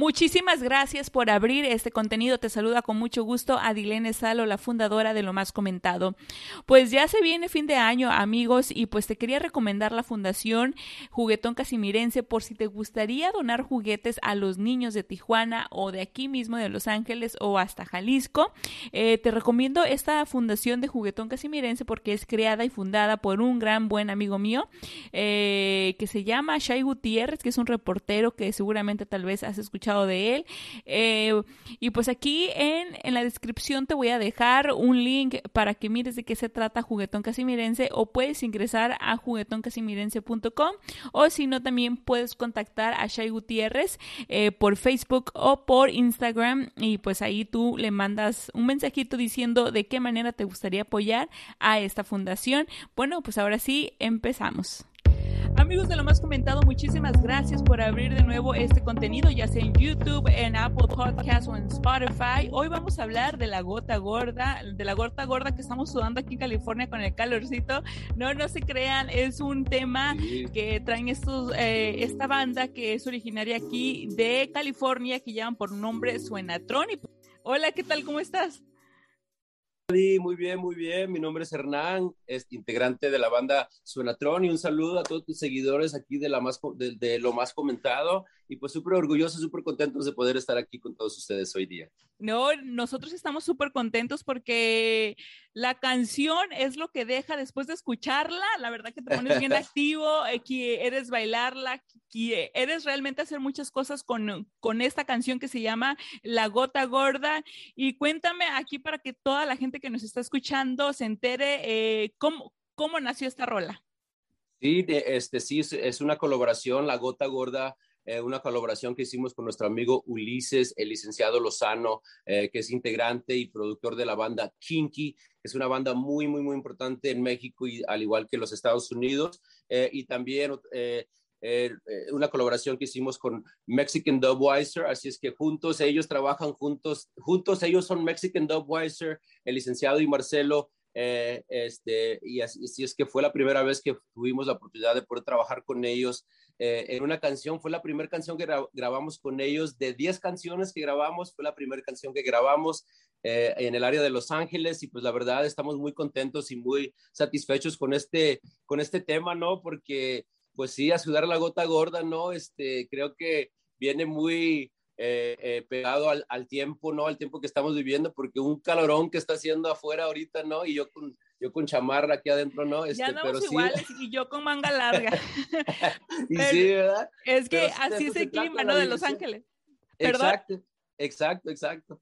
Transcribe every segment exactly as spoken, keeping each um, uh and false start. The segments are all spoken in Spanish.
Muchísimas gracias por abrir este contenido. Te saluda con mucho gusto Adilene Salo, la fundadora de Lo Más Comentado. Pues ya se viene fin de año, amigos, y pues te quería recomendar la Fundación Juguetón Casimirense por si te gustaría donar juguetes a los niños de Tijuana o de aquí mismo de Los Ángeles o hasta Jalisco. Eh, te recomiendo esta Fundación de Juguetón Casimirense porque es creada y fundada por un gran buen amigo mío eh, que se llama Shai Gutiérrez, que es un reportero que seguramente tal vez has escuchado de él. Eh, y pues aquí en, en la descripción te voy a dejar un link para que mires de qué se trata Juguetón Casimirense, o puedes ingresar a juguetón casimirense punto com, o si no también puedes contactar a Shai Gutiérrez eh, por Facebook o por Instagram, y pues ahí tú le mandas un mensajito diciendo de qué manera te gustaría apoyar a esta fundación. Bueno, pues ahora sí, empezamos. Amigos de Lo Más Comentado, muchísimas gracias por abrir de nuevo este contenido, ya sea en YouTube, en Apple Podcasts o en Spotify. Hoy vamos a hablar de la gota gorda, de la gota gorda que estamos sudando aquí en California con el calorcito. No, no se crean, es un tema sí. que traen estos, eh, esta banda que es originaria aquí de California, que llevan por nombre Suenatron. Y... Hola, ¿qué tal? ¿Cómo estás? Muy bien, muy bien. Mi nombre es Hernán, es integrante de la banda Suenatron, y un saludo a todos tus seguidores aquí de, la más, de, de Lo Más Comentado, y pues súper orgullosos, súper contentos de poder estar aquí con todos ustedes hoy día. No, nosotros estamos súper contentos porque la canción es lo que deja después de escucharla. La verdad que te pones bien activo, eh, que eres bailarla, que eres realmente hacer muchas cosas con, con esta canción que se llama La Gota Gorda. Y cuéntame aquí para que toda la gente que nos está escuchando se entere eh, cómo, cómo nació esta rola. Sí, este, sí, es una colaboración, La Gota Gorda. Eh, una colaboración que hicimos con nuestro amigo Ulises, el licenciado Lozano, eh, que es integrante y productor de la banda Kinky. Es una banda muy, muy, muy importante en México, y al igual que los Estados Unidos. Eh, y también eh, eh, una colaboración que hicimos con Mexican Dubweiser. Así es que juntos, ellos trabajan juntos, juntos ellos son Mexican Dubweiser, el licenciado y Marcelo. Eh, este, y así, así es que fue la primera vez que tuvimos la oportunidad de poder trabajar con ellos eh, en una canción. Fue la primera canción que gra- grabamos con ellos. De diez canciones que grabamos, fue la primera canción que grabamos eh, en el área de Los Ángeles, y pues la verdad estamos muy contentos y muy satisfechos con este, con este tema, ¿no? Porque pues sí, a sudar la gota gorda, ¿no? Este, creo que viene muy... Eh, eh, pegado al, al tiempo, ¿no? Al tiempo que estamos viviendo, porque un calorón que está haciendo afuera ahorita, ¿no? Y yo con, yo con chamarra aquí adentro, ¿no? Este, ya andamos pero iguales, sí. y yo con manga larga. Y Pero sí, ¿verdad? es que Pero sí, así es se el trata clima, de ¿no? la De Los diversión. Ángeles. ¿Perdón? Exacto, exacto, exacto.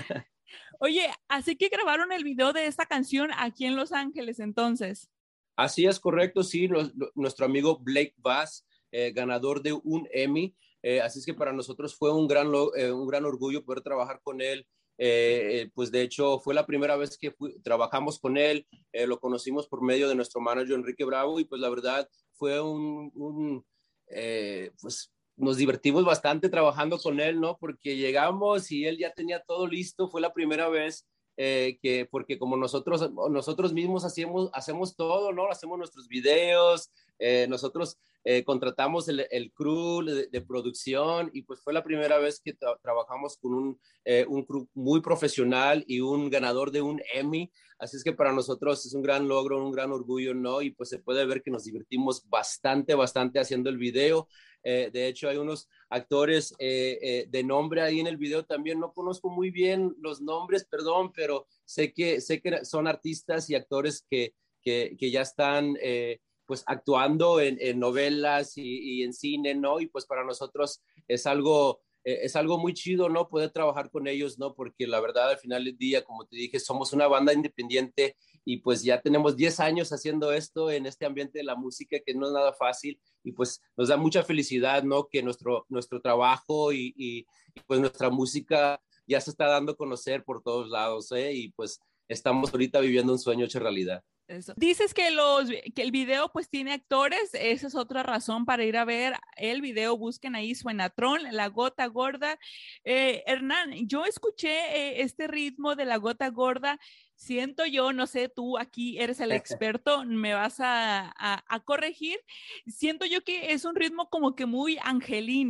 Oye, así que grabaron el video de esta canción aquí en Los Ángeles, entonces. Así es, correcto, sí. Lo, lo, nuestro amigo Blake Bass, eh, ganador de un Emmy. Eh, así es que para nosotros fue un gran, eh, un gran orgullo poder trabajar con él. Eh, eh, pues de hecho fue la primera vez que fui, trabajamos con él. Eh, lo conocimos por medio de nuestro manager Enrique Bravo, y pues la verdad fue un, un eh, pues nos divertimos bastante trabajando con él, ¿no? Porque llegamos y él ya tenía todo listo. Fue la primera vez eh, que, porque como nosotros, nosotros mismos hacemos, hacemos todo, ¿no? Hacemos nuestros videos, eh, nosotros eh, contratamos el, el crew de, de producción, y pues fue la primera vez que tra- trabajamos con un, eh, un crew muy profesional y un ganador de un Emmy. Así es que para nosotros es un gran logro, un gran orgullo, ¿no? Y pues se puede ver que nos divertimos bastante, bastante haciendo el video. Eh, de hecho, hay unos actores eh, eh, de nombre ahí en el video también. No conozco muy bien los nombres, perdón, pero sé que, sé que son artistas y actores que, que, que ya están eh, pues actuando en, en novelas y, y en cine, ¿no? Y pues para nosotros es algo, eh, es algo muy chido, ¿no? Poder trabajar con ellos, ¿no? Porque la verdad, al final del día, como te dije, somos una banda independiente, y pues ya tenemos diez años haciendo esto en este ambiente de la música, que no es nada fácil, y pues nos da mucha felicidad, ¿no? Que nuestro, nuestro trabajo y, y, y pues nuestra música ya se está dando a conocer por todos lados, ¿eh? Y pues estamos ahorita viviendo un sueño hecho realidad. Eso. Dices que, los, que el video pues tiene actores, esa es otra razón para ir a ver el video. Busquen ahí Suenatron, La Gota Gorda. Eh, Hernán, yo escuché eh, este ritmo de La Gota Gorda. Siento yo, no sé, tú aquí eres el experto, me vas a, a, a corregir. Siento yo que es un ritmo como que muy angelino.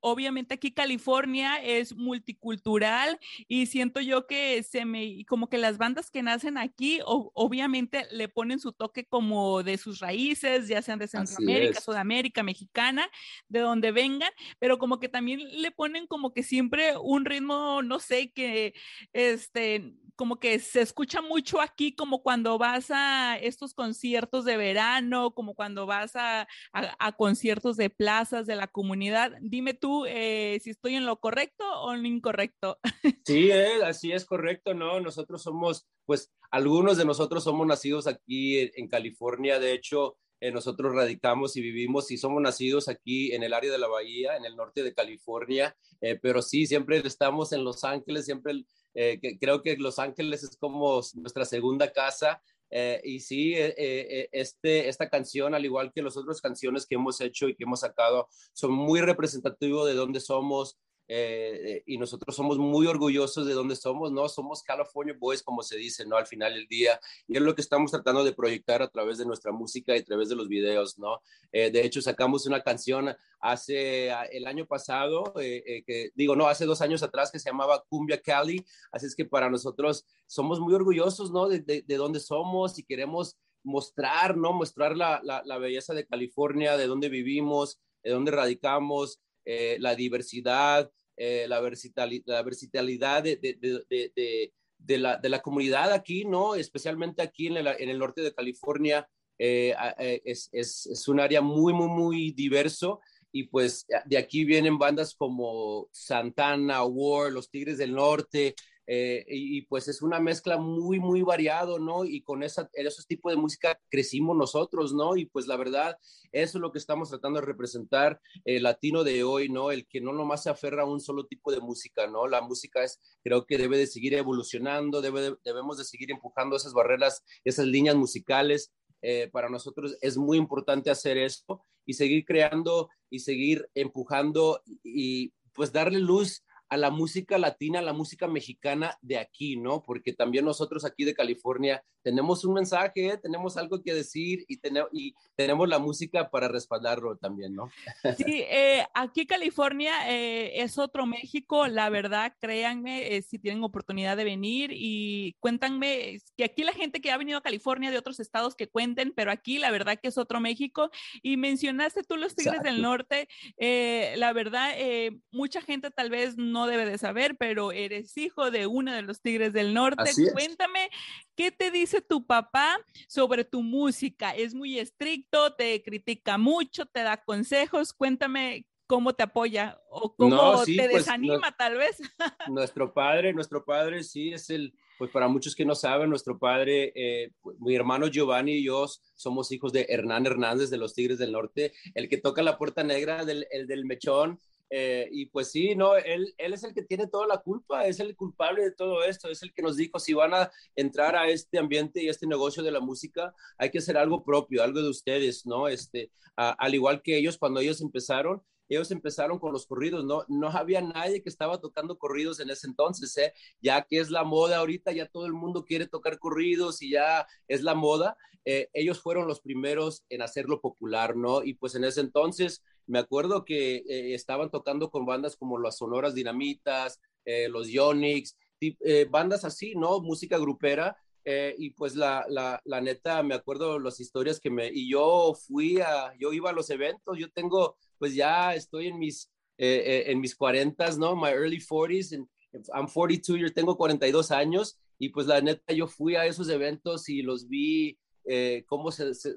obviamente aquí California es multicultural y siento yo que se me, como que las bandas que nacen aquí, o, obviamente le ponen su toque como de sus raíces, ya sean de Así Centroamérica, es. Sudamérica, mexicana, de donde vengan, pero como que también le ponen como que siempre un ritmo, no sé, que este, como que se escucha mucho aquí, como cuando vas a estos conciertos de verano, como cuando vas a, a, a conciertos de plazas de la comunidad. Dime tú eh, si estoy en lo correcto o en lo incorrecto. Sí, eh, así es correcto, ¿no? Nosotros somos, pues, algunos de nosotros somos nacidos aquí en, en California, de hecho, eh, nosotros radicamos y vivimos y somos nacidos aquí en el área de la Bahía, en el norte de California, eh, pero sí, siempre estamos en Los Ángeles, siempre eh, que, creo que Los Ángeles es como nuestra segunda casa. Eh, y sí, eh, eh, este, esta canción, al igual que las otras canciones que hemos hecho y que hemos sacado, son muy representativos de dónde somos, eh, y nosotros somos muy orgullosos de dónde somos, ¿no? Somos California Boys, como se dice, ¿no? Al final del día, y es lo que estamos tratando de proyectar a través de nuestra música y a través de los videos, ¿no? Eh, de hecho, sacamos una canción hace el año pasado, eh, eh, que digo, no, hace dos años atrás, que se llamaba Cumbia Cali, así es que para nosotros somos muy orgullosos, ¿no? De, de, de dónde somos y queremos mostrar, ¿no? Mostrar la, la, la belleza de California, de dónde vivimos, de dónde radicamos, eh, la diversidad, eh, la, versatilidad, la versatilidad de, de, de, de, de, la, de la comunidad aquí, ¿no? Especialmente aquí en el, en el norte de California, eh, eh, es, es, es un área muy, muy, muy diverso. Y pues de aquí vienen bandas como Santana, War, Los Tigres del Norte, eh, y, y, pues es una mezcla muy, muy variado, ¿no? Y con esa, esos tipos de música crecimos nosotros, ¿no? Y pues la verdad, eso es lo que estamos tratando de representar, el latino de hoy, ¿no? El que no nomás se aferra a un solo tipo de música, ¿no? La música es, creo que debe de seguir evolucionando, debe de, debemos de seguir empujando esas barreras, esas líneas musicales. Eh, para nosotros es muy importante hacer esto y seguir creando y seguir empujando y pues darle luz a la música latina, a la música mexicana de aquí, ¿no? Porque también nosotros aquí de California tenemos un mensaje, ¿eh? Tenemos algo que decir y, ten y tenemos la música para respaldarlo también, ¿no? Sí, eh, aquí California eh, es otro México, la verdad, créanme, eh, si tienen oportunidad de venir y cuéntanme, que aquí la gente que ha venido a California de otros estados que cuenten, pero aquí la verdad que es otro México. Y mencionaste tú los Tigres del Exacto. Norte, eh, la verdad, eh, mucha gente tal vez no debe de saber, pero eres hijo de uno de los Tigres del Norte. Así es. Cuéntame, ¿qué te dice tu papá sobre tu música? ¿Es muy estricto, te critica mucho, te da consejos? Cuéntame cómo te apoya o No, cómo sí, te pues no, desanima tal vez. nuestro padre, nuestro padre sí es el, pues para muchos que no saben, nuestro padre, eh, pues, mi hermano Giovanni y yo somos hijos de Hernán Hernández de los Tigres del Norte, el que toca la puerta negra, del, el del mechón. Eh, y pues sí, no, él, él es el que tiene toda la culpa, es el culpable de todo esto, es el que nos dijo, si van a entrar a este ambiente y este negocio de la música, hay que hacer algo propio, algo de ustedes, ¿no? Este, a, al igual que ellos, cuando ellos empezaron, ellos empezaron con los corridos, no, no había nadie que estaba tocando corridos en ese entonces, ¿eh? Ya que es la moda ahorita, ya todo el mundo quiere tocar corridos y ya es la moda, eh, ellos fueron los primeros en hacerlo popular, ¿no? Y pues en ese entonces me acuerdo que eh, estaban tocando con bandas como las Sonoras Dinamitas, eh, los Yonix, eh, bandas así, ¿no? Música grupera. Eh, y pues la, la, la neta, me acuerdo las historias que me... Y yo fui a... Yo iba a los eventos, yo tengo... Pues ya estoy en mis... Eh, eh, en mis cuarentas, ¿no? My early forties, and I'm forty-two, yo tengo cuarenta y dos años, y pues la neta, yo fui a esos eventos y los vi, eh, cómo se, se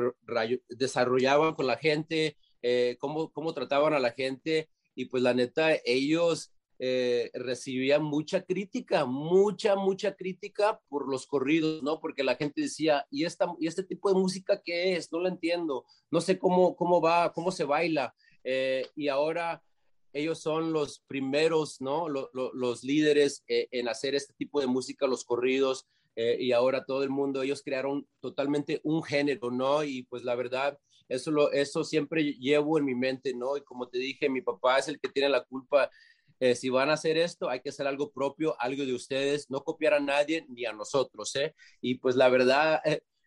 desarrollaban con la gente, eh, cómo, cómo trataban a la gente, y pues la neta, ellos eh, recibían mucha crítica, mucha, mucha crítica por los corridos, ¿no? Porque la gente decía, ¿y, esta, y este tipo de música qué es? No lo entiendo, no sé cómo, cómo va, cómo se baila, eh, y ahora ellos son los primeros, ¿no? Lo, lo, los líderes eh, en hacer este tipo de música, los corridos, eh, y ahora todo el mundo, ellos crearon totalmente un género, ¿no? Y pues la verdad, eso, lo, eso siempre llevo en mi mente, ¿no? Y como te dije, mi papá es el que tiene la culpa. Eh, si van a hacer esto, hay que hacer algo propio, algo de ustedes, no copiar a nadie ni a nosotros, ¿eh? Y pues la verdad, eh,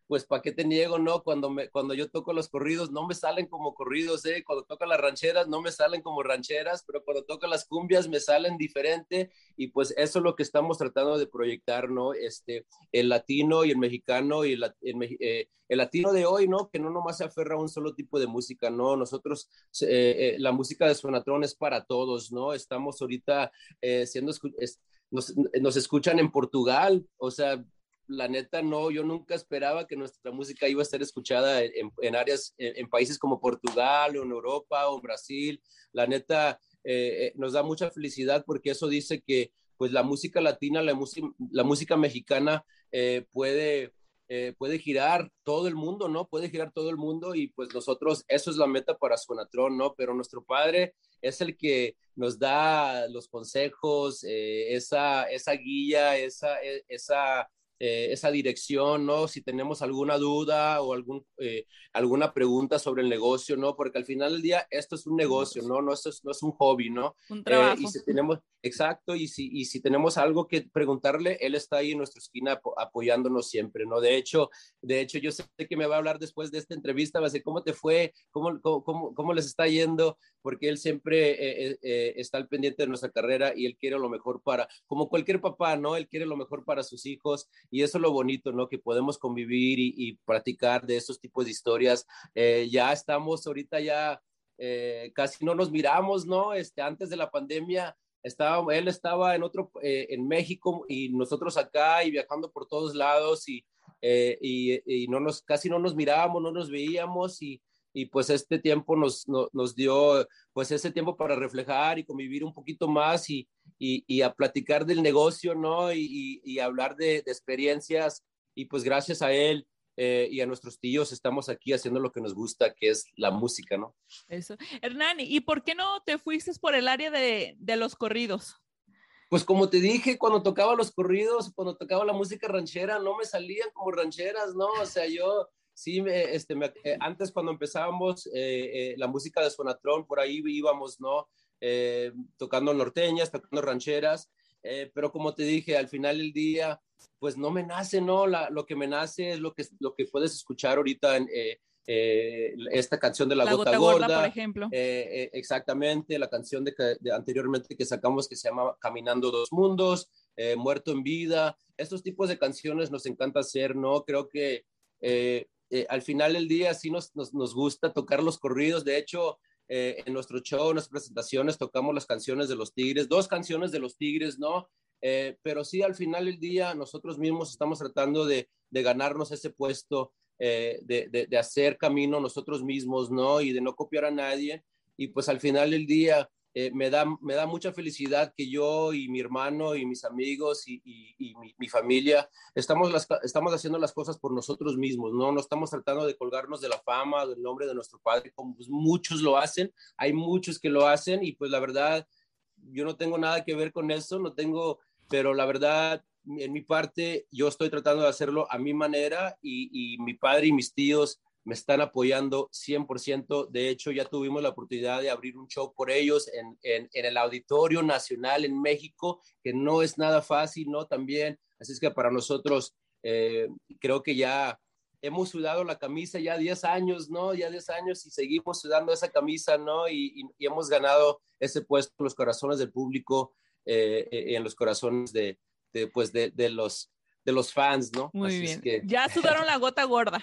pues ¿para qué te niego, no? Cuando, me, cuando yo toco los corridos no me salen como corridos, ¿eh? Cuando toco las rancheras no me salen como rancheras, pero cuando toco las cumbias me salen diferente y pues eso es lo que estamos tratando de proyectar, ¿no? Este, el latino y el mexicano y el, el, eh, el latino de hoy, ¿no? Que no nomás se aferra a un solo tipo de música, ¿no? Nosotros, eh, eh, la música de Sonatrón es para todos, ¿no? Estamos ahorita eh, siendo, es, nos, nos escuchan en Portugal, o sea, la neta, no, yo nunca esperaba que nuestra música iba a ser escuchada en, en áreas, en, en, países como Portugal o en Europa o en Brasil. La neta, eh, nos da mucha felicidad porque eso dice que pues la música latina, la, la música mexicana eh, puede, eh, puede girar todo el mundo, ¿no? Puede girar todo el mundo y pues nosotros, eso es la meta para Sonatrón, ¿no? Pero nuestro padre es el que nos da los consejos, eh, esa, esa guía, esa, esa Eh, esa dirección, ¿no? Si tenemos alguna duda o algún, eh, alguna pregunta sobre el negocio, ¿no? Porque al final del día esto es un negocio, ¿no? No, esto es, no es un hobby, ¿no? Un trabajo. Eh, y si tenemos, exacto, y si, y si tenemos algo que preguntarle, él está ahí en nuestra esquina ap apoyándonos siempre, ¿no? De hecho, de hecho, yo sé que me va a hablar después de esta entrevista, va a decir, ¿cómo te fue? ¿Cómo, cómo, cómo les está yendo? Porque él siempre eh, eh, está al pendiente de nuestra carrera y él quiere lo mejor para, como cualquier papá, ¿no? Él quiere lo mejor para sus hijos y eso es lo bonito, ¿no? Que podemos convivir y, y practicar de esos tipos de historias. Eh, ya estamos ahorita ya, eh, casi no nos miramos, ¿no? Este, antes de la pandemia, estaba, él estaba en otro, eh, en México y nosotros acá y viajando por todos lados y, eh, y, y no nos, casi no nos mirábamos, no nos veíamos y, y pues este tiempo nos, nos, nos dio pues ese tiempo para reflejar y convivir un poquito más y, y, y a platicar del negocio, ¿no? Y, y, y hablar de, de experiencias y pues gracias a él eh, y a nuestros tíos estamos aquí haciendo lo que nos gusta, que es la música, ¿no? Eso. Hernán, ¿y por qué no te fuiste por el área de, de los corridos? Pues como te dije, cuando tocaba los corridos, cuando tocaba la música ranchera, no me salían como rancheras, ¿no? O sea, yo sí, me, este, me, eh, antes cuando empezábamos eh, eh, la música de Sonatrón, por ahí íbamos, ¿no? Eh, tocando norteñas, tocando rancheras, eh, pero como te dije, al final del día, pues no me nace, ¿no? La, lo que me nace es lo que, lo que puedes escuchar ahorita en... Eh, Eh, esta canción de La, la Gota, Gota Gorda, Gorda, por ejemplo. Eh, eh, exactamente, la canción de, de anteriormente que sacamos que se llama Caminando Dos Mundos, eh, Muerto en Vida. Estos tipos de canciones nos encanta hacer, ¿no? Creo que eh, eh, al final del día sí nos, nos, nos gusta tocar los corridos. De hecho, eh, en nuestro show, en nuestras presentaciones, tocamos las canciones de los Tigres, dos canciones de los Tigres, ¿no? Eh, pero sí, al final del día, nosotros mismos estamos tratando de, de ganarnos ese puesto. Eh, de, de, de hacer camino nosotros mismos, ¿no? Y de no copiar a nadie. Y pues al final del día eh, me, da, me da mucha felicidad que yo y mi hermano y mis amigos y, y, y mi, mi, familia estamos, las, estamos haciendo las cosas por nosotros mismos, ¿no? No estamos tratando de colgarnos de la fama, del nombre de nuestro padre, como pues muchos lo hacen. Hay muchos que lo hacen y pues la verdad, yo no tengo nada que ver con eso, no tengo, pero la verdad, en mi parte, yo estoy tratando de hacerlo a mi manera y, y mi padre y mis tíos me están apoyando cien por ciento. De hecho, ya tuvimos la oportunidad de abrir un show por ellos en, en, en el Auditorio Nacional en México, que no es nada fácil, ¿no? También, así es que para nosotros eh, creo que ya hemos sudado la camisa ya diez años, ¿no? Ya diez años y seguimos sudando esa camisa, ¿no? Y, y, y hemos ganado ese puesto en los corazones del público eh, y en los corazones de, de, pues de, de, los, de los fans, ¿no? Muy Así bien. es que... Ya sudaron la gota gorda.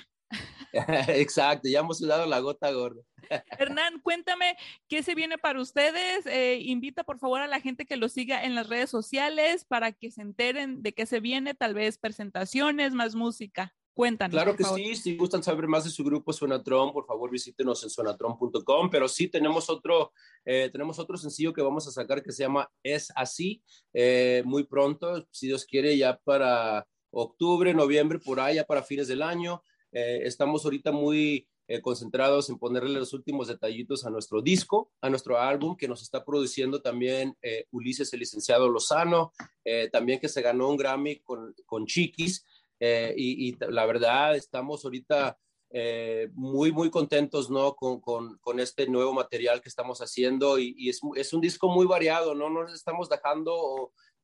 Exacto, ya hemos sudado la gota gorda. Hernán, cuéntame qué se viene para ustedes. Eh, invita por favor a la gente que lo siga en las redes sociales para que se enteren de qué se viene, tal vez presentaciones, más música. Cuéntanos. Claro que favor. sí, si gustan saber más de su grupo Sonatron, por favor visítenos en sonatron punto com, pero sí tenemos otro, eh, tenemos otro sencillo que vamos a sacar que se llama Es Así, eh, muy pronto, si Dios quiere, ya para octubre, noviembre, por ahí, ya para fines del año. Eh, estamos ahorita muy eh, concentrados en ponerle los últimos detallitos a nuestro disco, a nuestro álbum, que nos está produciendo también eh, Ulises, el licenciado Lozano, eh, también que se ganó un Grammy con, con Chiquis. Eh, y, y la verdad estamos ahorita eh, muy muy contentos, ¿no? con, con, con este nuevo material que estamos haciendo y, y es, es un disco muy variado, no nos estamos dejando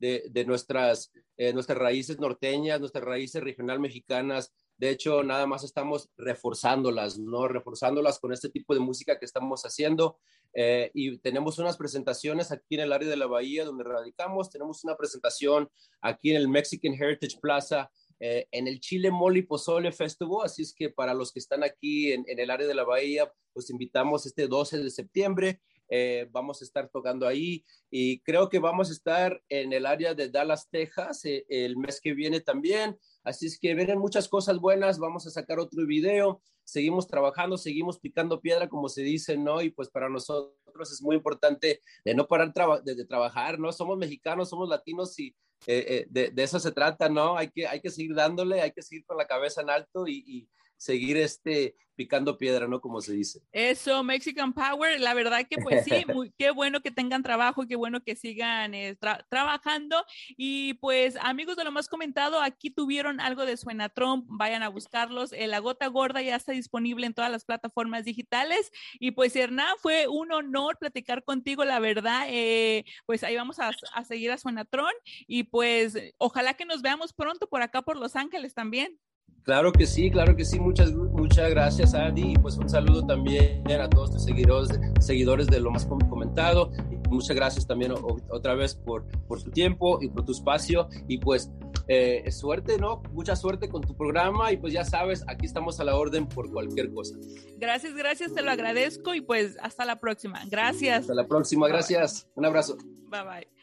de, de nuestras, eh, nuestras raíces norteñas, nuestras raíces regional mexicanas. De hecho, nada más estamos reforzándolas, ¿no? Reforzándolas con este tipo de música que estamos haciendo. Eh, y tenemos unas presentaciones aquí en el área de la Bahía donde radicamos. Tenemos una presentación aquí en el Mexican Heritage Plaza, eh, en el Chile Mole y Pozole Festival. Así es que para los que están aquí en, en el área de la Bahía, pues invitamos este doce de septiembre. Eh, vamos a estar tocando ahí y creo que vamos a estar en el área de Dallas, Texas, eh, el mes que viene también. Así es que vienen muchas cosas buenas, vamos a sacar otro video, seguimos trabajando, seguimos picando piedra, como se dice, ¿no? Y pues para nosotros es muy importante de no parar traba de, de trabajar, ¿no? Somos mexicanos, somos latinos y eh, eh, de, de eso se trata, ¿no? Hay que, hay que seguir dándole, hay que seguir con la cabeza en alto y, y seguir este, picando piedra, ¿no? Como se dice. Eso, Mexican Power, la verdad que pues sí, muy, qué bueno que tengan trabajo, qué bueno que sigan eh, tra trabajando y pues amigos de Lo Más Comentado, aquí tuvieron algo de Suenatrón, vayan a buscarlos, eh, La Gota Gorda ya está disponible en todas las plataformas digitales y pues Hernán, fue un honor platicar contigo, la verdad, eh, pues ahí vamos a, a seguir a Suenatrón y pues ojalá que nos veamos pronto por acá por Los Ángeles también. Claro que sí, claro que sí. Muchas, muchas gracias, Adi. Y pues un saludo también a todos tus seguidores, seguidores de Lo Más Comentado. Y muchas gracias también o, otra vez por, por tu tiempo y por tu espacio. Y pues eh, suerte, ¿no? Mucha suerte con tu programa. Y pues ya sabes, aquí estamos a la orden por cualquier cosa. Gracias, gracias, te lo agradezco. Y pues hasta la próxima. Gracias. Hasta la próxima, gracias. Bye. Un abrazo. Bye, bye.